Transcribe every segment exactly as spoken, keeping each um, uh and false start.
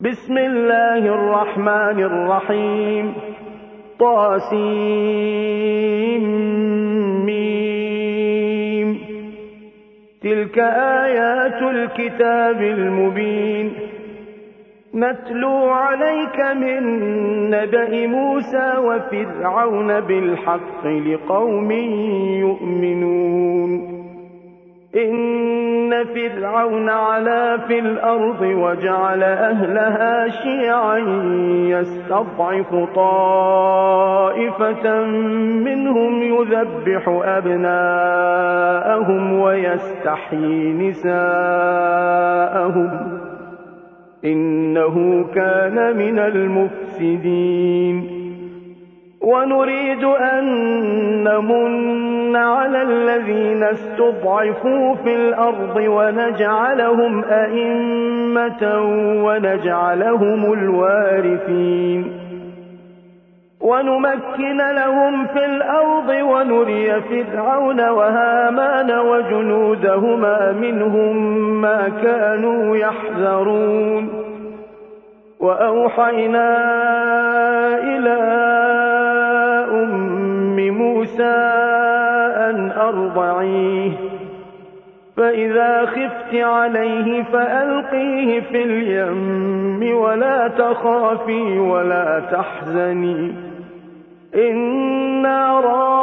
بسم الله الرحمن الرحيم طاسيم تلك آيات الكتاب المبين نتلو عليك من نبأ موسى وفرعون بالحق لقوم يؤمنون إن فرعون علا في الأرض وجعل أهلها شيعا يستضعف طائفة منهم يذبح أبناءهم ويستحيي نساءهم إنه كان من المفسدين ونريد أن نمن على الذين استضعفوا في الأرض ونجعلهم أئمة ونجعلهم الوارثين ونمكن لهم في الأرض ونري فرعون وهامان وجنودهما منهم ما كانوا يحذرون وأوحينا إلى أم موسى أن أرضعيه فإذا خفت عليه فألقيه في اليم ولا تخافي ولا تحزني إنا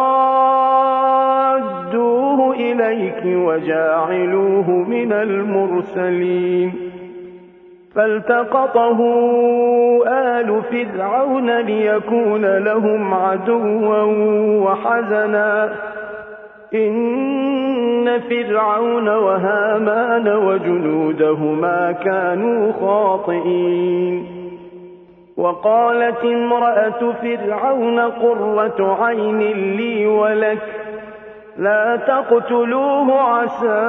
رادوه إليك وجاعلوه من المرسلين فالتقطه آل فرعون ليكون لهم عدوا وحزنا إن فرعون وهامان وجنودهما كانوا خاطئين وقالت امرأة فرعون قرة عين لي ولك لا تقتلوه عسى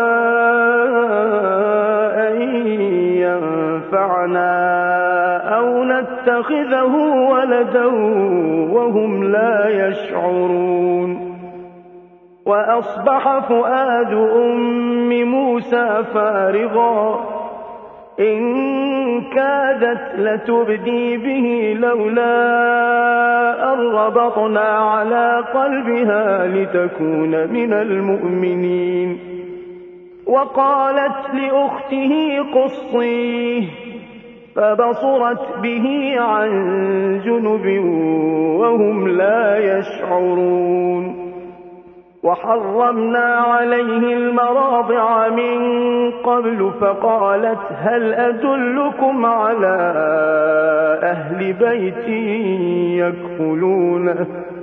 أن ينفعنا أو نتخذه ولدا وهم لا يشعرون وأصبح فؤاد أم موسى فارغا إن كادت لتبدي به لولا أن ربطنا على قلبها لتكون من المؤمنين وقالت لأخته قصيه فبصرت به عن جنب وهم لا يشعرون وحرمنا عليه المراضع من قبل فقالت هل أدلكم على أهل بيت يكفلونه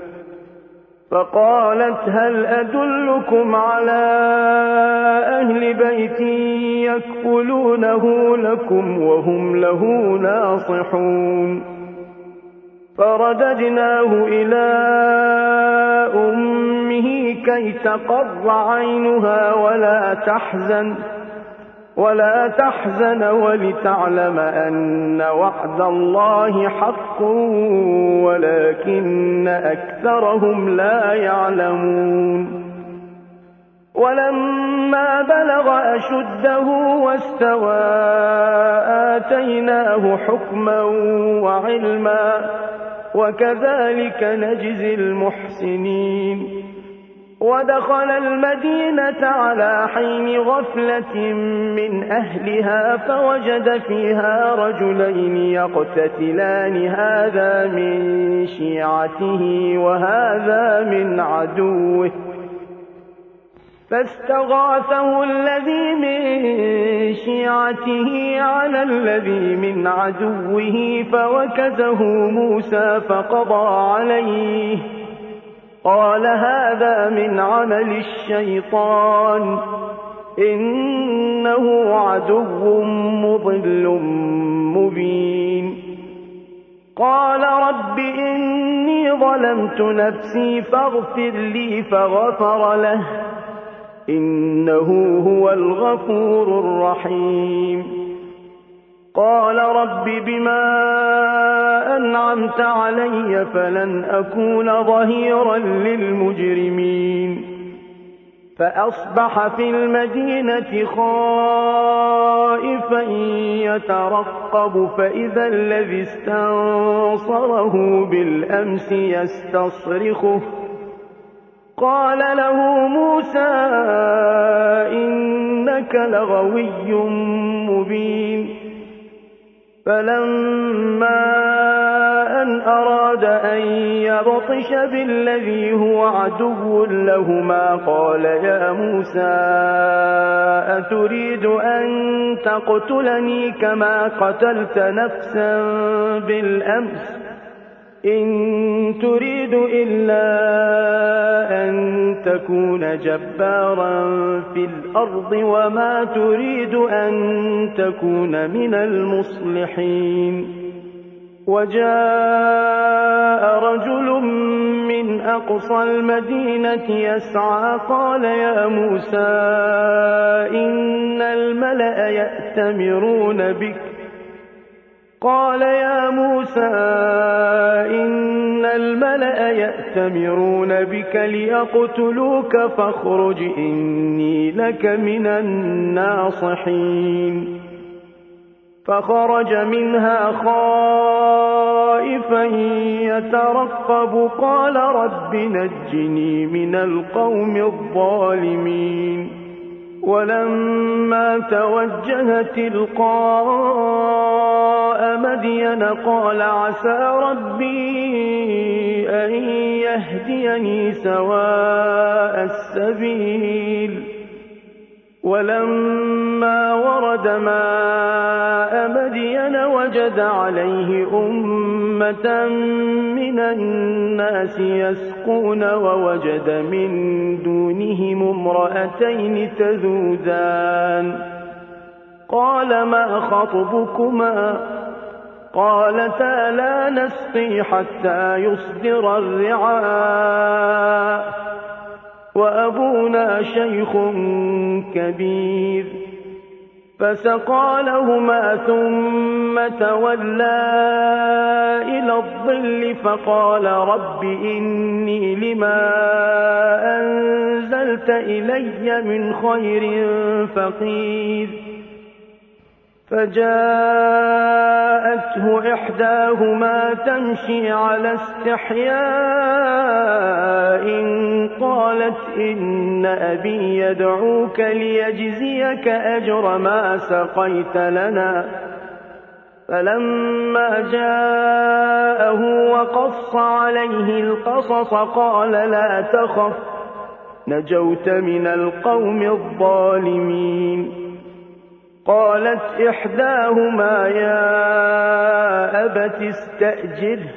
فقالت هل أدلكم على أهل بيت يكفلونه لكم وهم له ناصحون فرددناه إلى أمه كي تقر عينها ولا تحزن ولا تحزن ولتعلم أن وعد الله حق ولكن أكثرهم لا يعلمون ولما بلغ أشده واستوى آتيناه حكما وعلما وكذلك نجزي المحسنين ودخل المدينة على حين غفلة من أهلها فوجد فيها رجلين يقتتلان هذا من شيعته وهذا من عدوه فاستغاثه الذي من شيعته على الذي من عدوه فوكزه موسى فقضى عليه قال هذا من عمل الشيطان إنه عدو مضل مبين قال رب إني ظلمت نفسي فاغفر لي فغفر له إنه هو الغفور الرحيم قال رب بما أنعمت علي فلن أكون ظهيرا للمجرمين فأصبح في المدينة خائفا يترقب فإذا الذي استنصره بالأمس يستصرخه قال له موسى إنك لغوي مبين فلما أن أراد أن يبطش بالذي هو عدو لهما قال يا موسى أتريد أن تقتلني كما قتلت نفسا بالأمس إن تريد إلا أن تكون جبارا في الأرض وما تريد أن تكون من المصلحين وجاء رجل من أقصى المدينة يسعى قال يا موسى إن الملأ يأتمرون بك قال يا موسى إن الملأ يأتمرون بك ليقتلوك فاخرج إني لك من الناصحين فخرج منها خائفا يترقب قال رب نجني من القوم الظالمين ولما توجه تلقاء مدين قال عسى ربي أن يهديني سواء السبيل ولما ورد ماء مدين وجد عليه أمة من الناس يسقون ووجد من دونهم امرأتين تذودان قال ما خطبكما قالتا لا نسقي حتى يصدر الرعاء وأبونا شيخ كبير فسقى لهما ثم تولى إلى الظل فقال رب إني لما أنزلت إلي من خير فقير فجاءته إحداهما تمشي على استحياء قالت إن أبي يدعوك ليجزيك أجر ما سقيت لنا فلما جاءه وقص عليه القصص قال لا تخف نجوت من القوم الظالمين قالت إحداهما يا أبت استأجره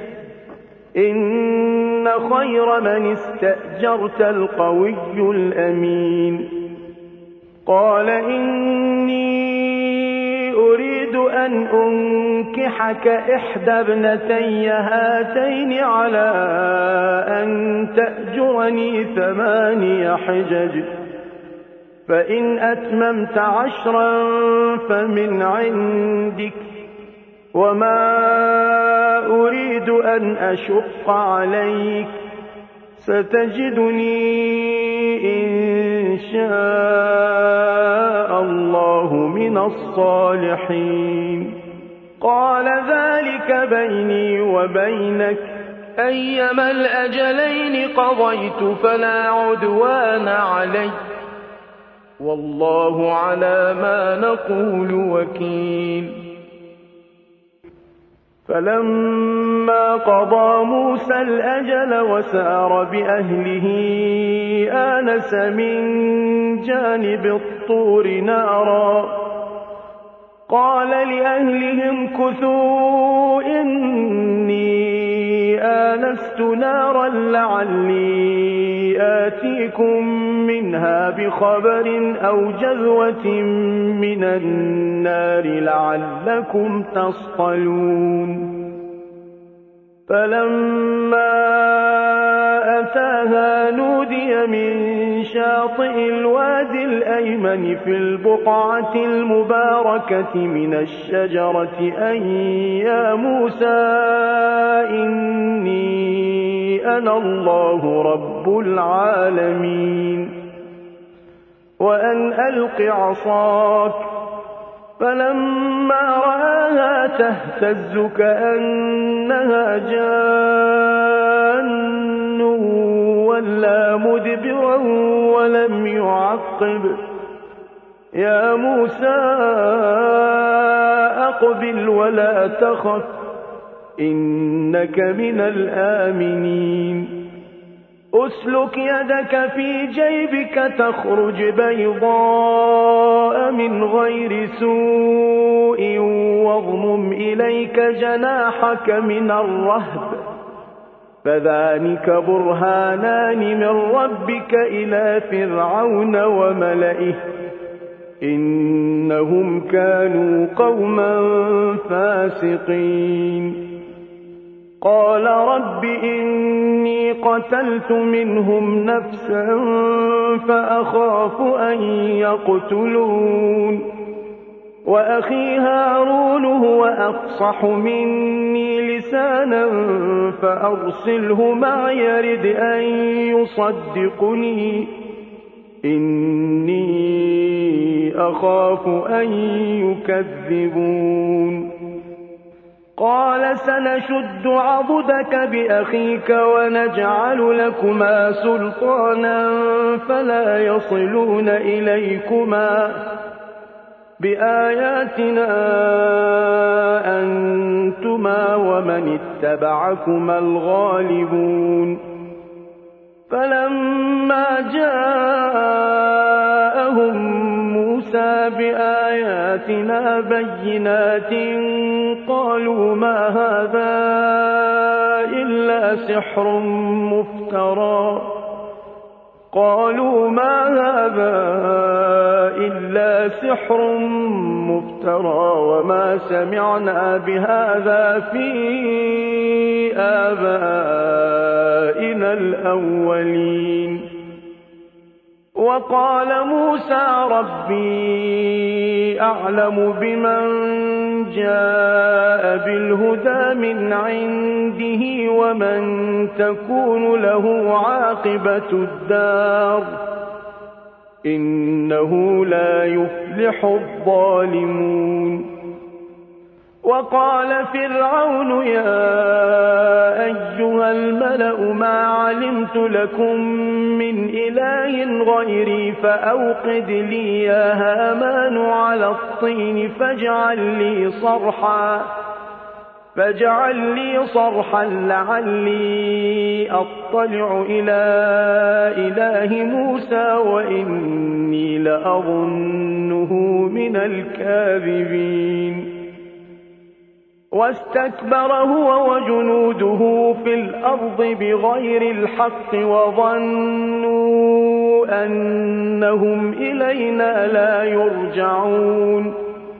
إن خير من استأجرت القوي الأمين قال إني أريد أن أنكحك إحدى ابنتي هاتين على أن تأجرني ثماني حجج فإن أتممت عشرا فمن عندك وما أريد أن أشق عليك ستجدني إن شاء الله من الصالحين قال ذلك بيني وبينك أيما الأجلين قضيت فلا عدوان علي والله على ما نقول وكيل فلما قضى موسى الأجل وسار بأهله آنس من جانب الطور نارا قال لأهلهم كثوا إني آنست نارا لعلي آتيكم منها بخبر أو جذوة من النار لعلكم تصطلون فلما أتاها نودي من شاطئ الوادي الأيمن في البقعة المباركة من الشجرة أن يا موسى إني أنا الله رب العالمين وأن ألق عصاك. فلما رآها تهتز كأنها جان ولا مدبرا ولم يعقب. يا موسى أقبل ولا تخف إنك من الآمنين. أسلك يدك في جيبك تخرج بيضاء من غير سوء واضمم إليك جناحك من الرهب فذلك برهانان من ربك إلى فرعون وملئه إنهم كانوا قوما فاسقين. قال رب إني قتلت منهم نفسا فأخاف أن يقتلون وأخي هارون هو أفصح مني لسانا فأرسله معي يرد أن يصدقني إني أخاف أن يكذبون. قال سنشد عضدك بأخيك ونجعل لكما سلطانا فلا يصلون إليكما بآياتنا أنتما ومن اتبعكما الغالبون. فلما جاءهم موسى بآياتنا بينات قالوا ما هذا إلا سحر مفترى قالوا ما هذا إلا سحر مفترى وما سمعنا بهذا في آبائنا الأولين. وقال موسى ربي أعلم بمن جاء بالهدى من عنده ومن تكون له عاقبة الدار إنه لا يفلح الظالمون. وقال فرعون يا أيها الملأ ما علمت لكم من إله غيري فأوقد لي يا هامان على الطين فاجعل لي صرحا فاجعل لي صرحا لعلي أطلع إلى إله موسى وإني لأظنه من الكاذبين. واستكبر هو وجنوده في الأرض بغير الحق وظنوا أنهم إلينا لا يرجعون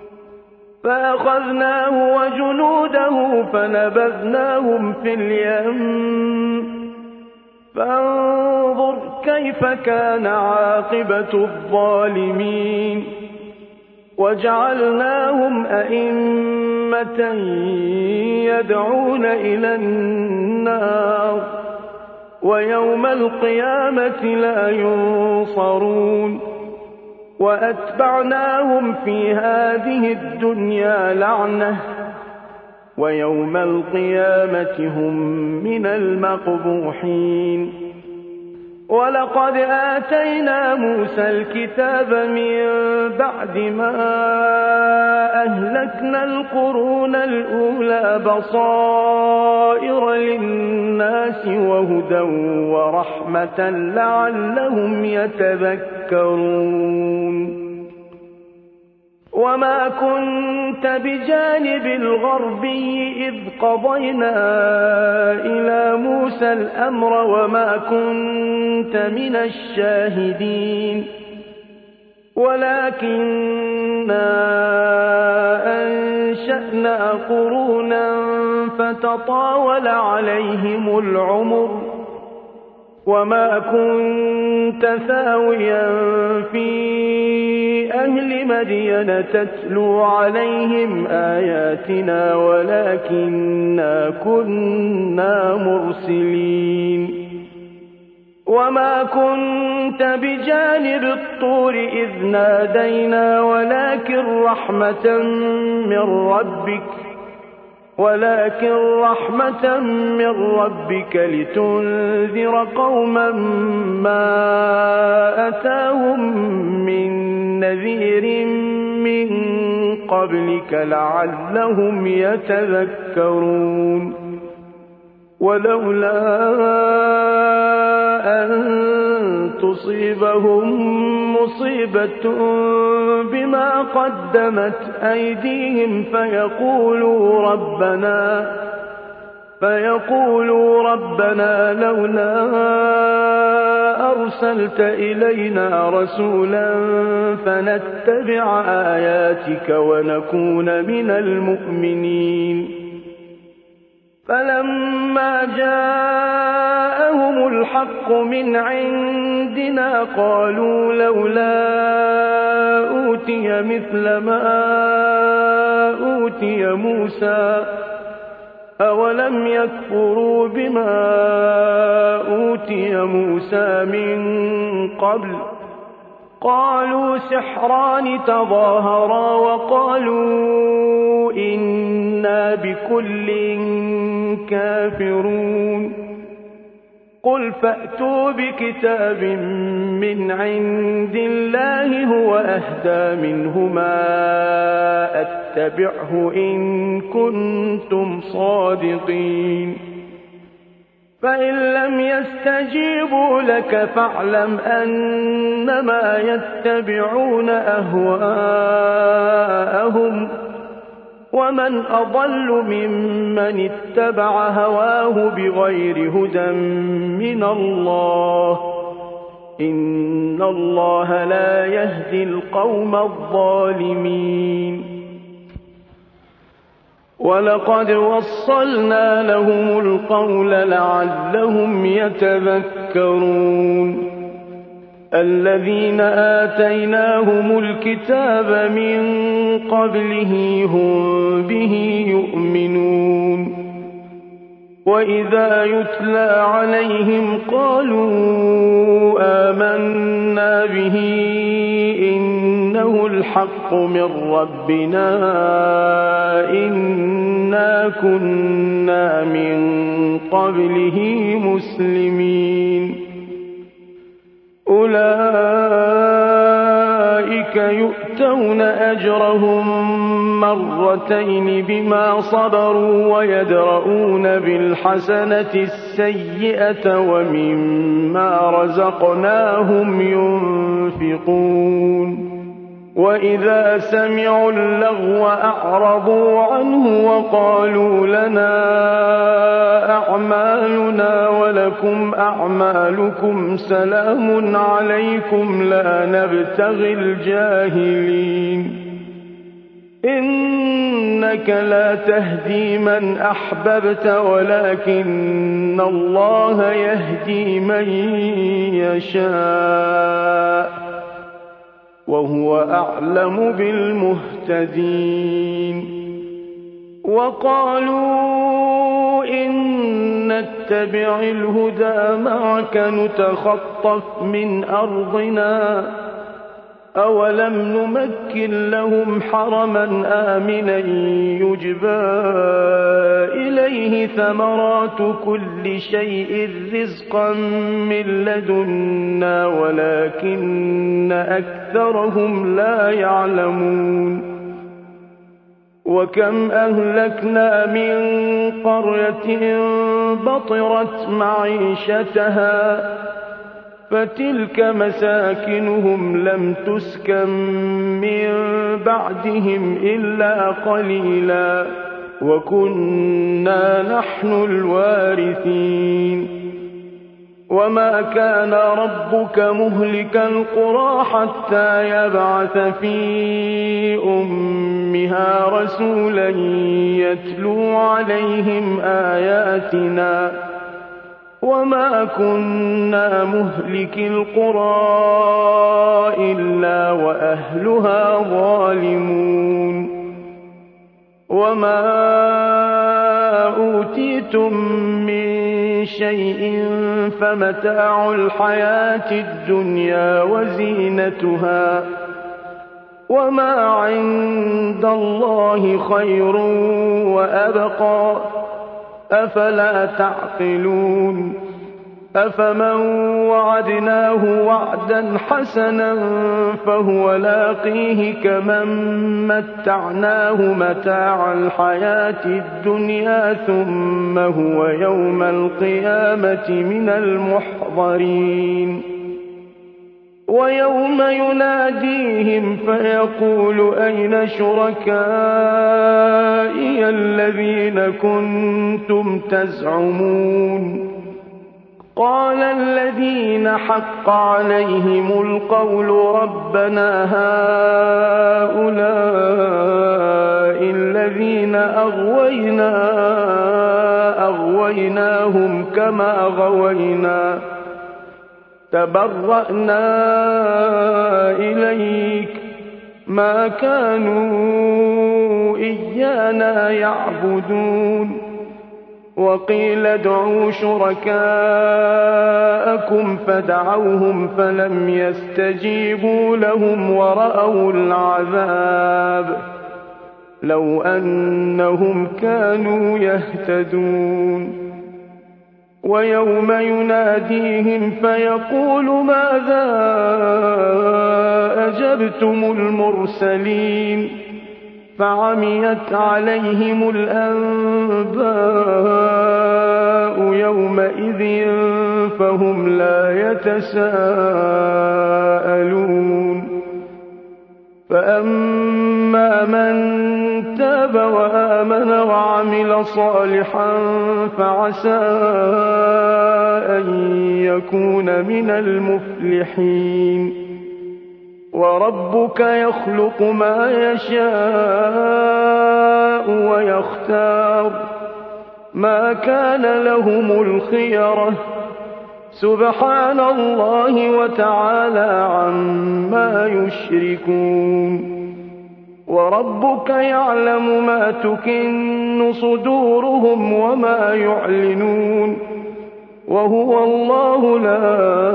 فأخذناه وجنوده فنبذناهم في اليم فانظر كيف كان عاقبة الظالمين. وجعلناهم أئمة يدعون إلى النار ويوم القيامة لا ينصرون. وأتبعناهم في هذه الدنيا لعنة ويوم القيامة هم من المقبوحين. ولقد آتينا موسى الكتاب من بعد ما أهلكنا القرون الأولى بصائر للناس وهدى ورحمة لعلهم يتذكرون. وما كنت بجانب الغربي إذ قضينا إلى موسى الأمر وما كنت من الشاهدين ولكننا أنشأنا قرونا فتطاول عليهم العمر وما كنت ثاويا في أهل مدين تتلو عليهم آياتنا ولكننا كنا مرسلين. وما كنت بجانب الطور إذ نادينا ولكن رحمة من ربك ولكن رحمة من ربك لتنذر قوما ما أتاهم من نذير من قبلك لعلهم يتذكرون ولولا أن تصيبهم مصيبة بما قدمت أيديهم فيقولوا ربنا فيقولوا ربنا لولا أرسلت إلينا رسولا فنتبع آياتك ونكون من المؤمنين فلما جاءهم الحق من عندنا قالوا لولا أوتي مثل ما أوتي موسى أولم يكفروا بما أوتي موسى من قبل قالوا سحران تظاهرا وقالوا إنا بكل كافرون قل فأتوا بكتاب من عند الله هو أهدى منهما أتبعه إن كنتم صادقين فإن لم يستجيبوا لك فاعلم أنما يتبعون أهواءهم ومن أضل ممن اتبع هواه بغير هدى من الله إن الله لا يهدي القوم الظالمين ولقد وصلنا لهم القول لعلهم يتذكرون الذين آتيناهم الكتاب من قبله هم به يؤمنون وإذا يتلى عليهم قالوا آمنا به إنه الحق من ربنا إنا كنا من قبله مسلمين أولئك يؤتون أجرهم مرتين بما صبروا ويدرؤون بالحسنة السيئة ومما رزقناهم ينفقون وإذا سمعوا اللغو أعرضوا عنه وقالوا لنا أعمالنا ولكم أعمالكم سلام عليكم لا نبتغي الجاهلين إنك لا تهدي من أحببت ولكن الله يهدي من يشاء وهو أعلم بالمهتدين وقالوا إن نتبع الهدى معك نتخطف من أرضنا أولم نمكن لهم حرما آمنا يجبى إليه ثمرات كل شيء رزقا من لدنا ولكن أكثرهم لا يعلمون وكم أهلكنا من قرية بطرت معيشتها فتلك مساكنهم لم تسكن من بعدهم إلا قليلا وكنا نحن الوارثين وما كان ربك مهلك القرى حتى يبعث في أمها رسولا يتلو عليهم آياتنا وما كنا مهلك القرى إلا وأهلها ظالمون وما أوتيتم من شيء فمتاع الحياة الدنيا وزينتها وما عند الله خير وأبقى أفلا تعقلون أفمن وعدناه وعدا حسنا فهو لاقيه كمن متعناه متاع الحياة الدنيا ثم هو يوم القيامة من المحضرين ويوم يناديهم فيقول أين شركائي الذين كنتم تزعمون قال الذين حق عليهم القول ربنا هؤلاء الذين أغوينا أغويناهم كما غوينا تبرأنا إليك ما كانوا إيانا يعبدون وقيل ادعوا شركاءكم فدعوهم فلم يستجيبوا لهم ورأوا العذاب لو أنهم كانوا يهتدون ويوم يناديهم فيقول ماذا أجبتم المرسلين فعميت عليهم الأنباء يومئذ فهم لا يتساءلون فأما من تاب وآمن وعمل صالحا فعسى أن يكون من المفلحين وربك يخلق ما يشاء ويختار ما كان لهم الخيرة سبحان الله وتعالى عما يشركون وربك يعلم ما تكن صدورهم وما يعلنون وهو الله لا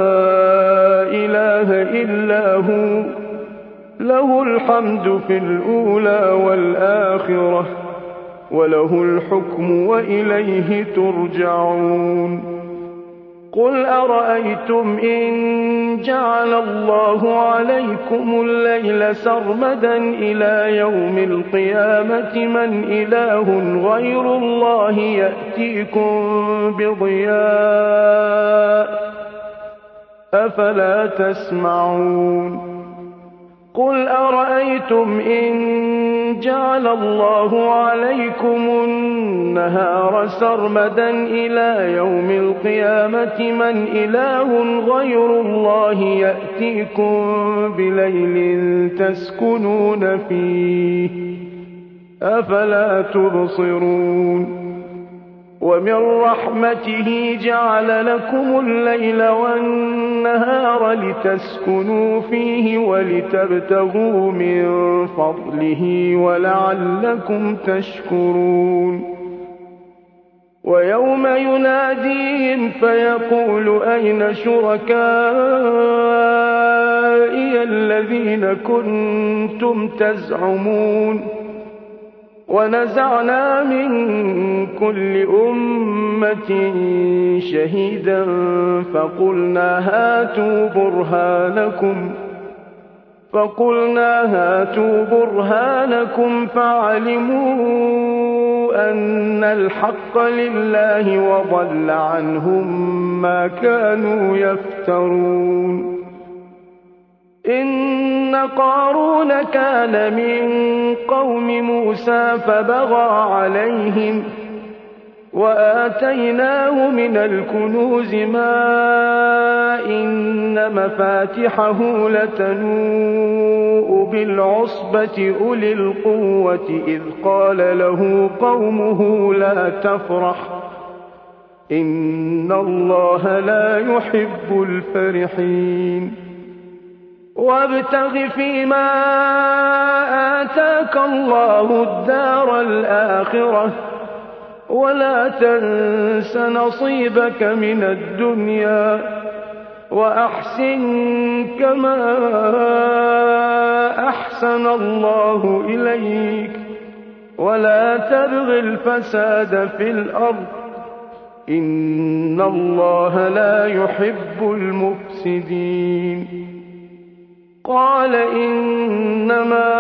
إله إلا هو له الحمد في الأولى والآخرة وله الحكم وإليه ترجعون قل أرأيتم إن جعل الله عليكم الليل سرمدا إلى يوم القيامة من إله غير الله يأتيكم بضياء أفلا تسمعون قل أرأيتم إن جعل الله عليكم النهار سرمدا إلى يوم القيامة من إله غير الله يأتيكم بليل تسكنون فيه أفلا تبصرون ومن رحمته جعل لكم الليل والنهار لتسكنوا فيه ولتبتغوا من فضله ولعلكم تشكرون ويوم يناديهم فيقول أين شركائي الذين كنتم تزعمون ونزعنا من كل أمة شهيدا فقلنا هاتوا برهانكم فقلنا هاتوا برهانكم فعلموا أن الحق لله وضل عنهم ما كانوا يفترون إن قارون كان من قوم موسى فبغى عليهم وآتيناه من الكنوز ما إن مفاتحه لتنوء بالعصبة أولي القوة إذ قال له قومه لا تفرح إن الله لا يحب الفرحين وابتغ فيما آتاك الله الدار الآخرة ولا تنس نصيبك من الدنيا وأحسن كما أحسن الله إليك ولا تبغ الفساد في الأرض إن الله لا يحب المفسدين. قال إنما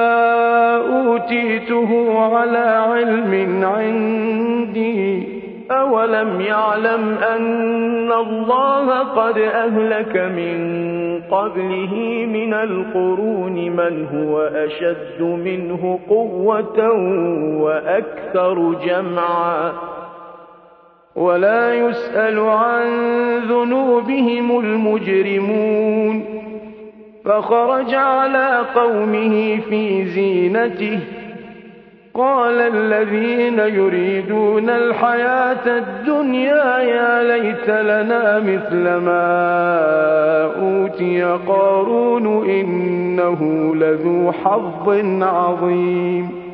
أوتيته على علم عندي أولم يعلم أن الله قد أهلك من قبله من القرون من هو أشد منه قوة وأكثر جمعا ولا يسأل عن ذنوبهم المجرمون. فخرج على قومه في زينته قال الذين يريدون الحياة الدنيا يا ليت لنا مثل ما أوتي قارون إنه لذو حظ عظيم.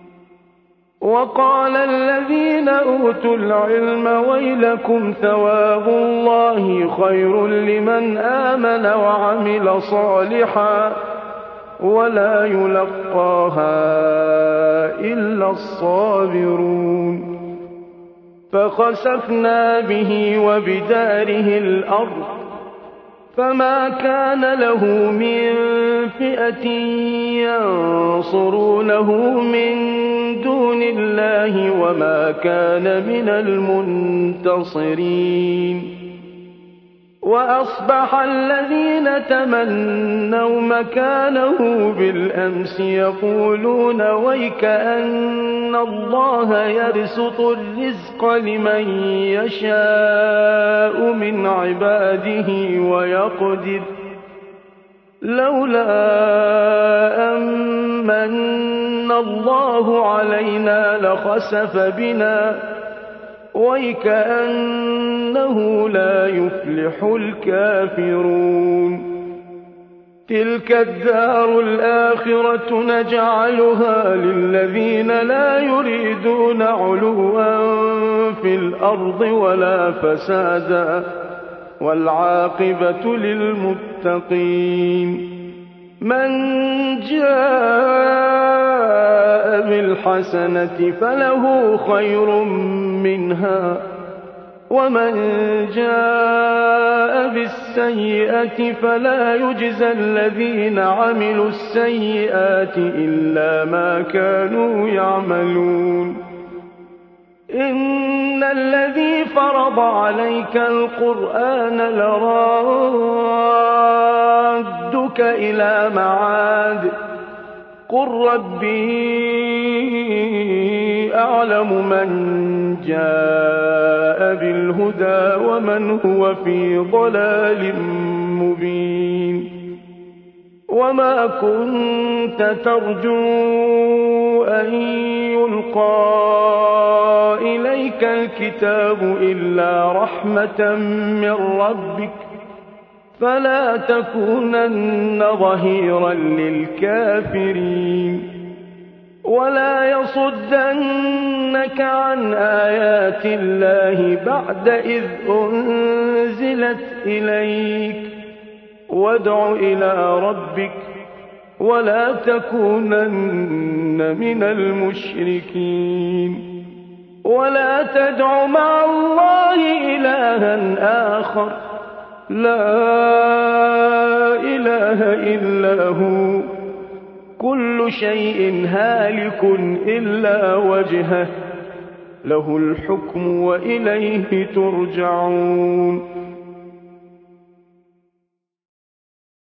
وقال الذين أوتوا العلم ويلكم ثواب الله خير لمن آمن وعمل صالحا ولا يلقاها إلا الصابرون. فخسفنا به وبداره الأرض فما كان له من فئة ينصرونه من دون الله وما كان من المنتصرين. وأصبح الذين تمنوا مكانه بالأمس يقولون ويك أن الله يبسط الرزق لمن يشاء من عباده ويقدر لولا أمن الله علينا لخسف بنا ويكأنه لا يفلح الكافرون. تلك الدار الآخرة نجعلها للذين لا يريدون علوا في الأرض ولا فسادا والعاقبة للمتقين. من جاء بالحسنة فله خير منها ومن جاء بالسيئة فلا يجزى الذين عملوا السيئات إلا ما كانوا يعملون. إن الذي فرض عليك القرآن لرادك إلى معاد قل ربي أعلم من جاء بالهدى ومن هو في ضلال مبين. وما كنت ترجو أن يلقى إليك الكتاب إلا رحمة من ربك فلا تكونن ظهيرا للكافرين. ولا يصدنك عن آيات الله بعد إذ أنزلت إليك وادع إلى ربك ولا تكونن من المشركين. ولا تدع مع الله إلها آخر لا إله إلا هو كل شيء هالك إلا وجهه له الحكم وإليه ترجعون.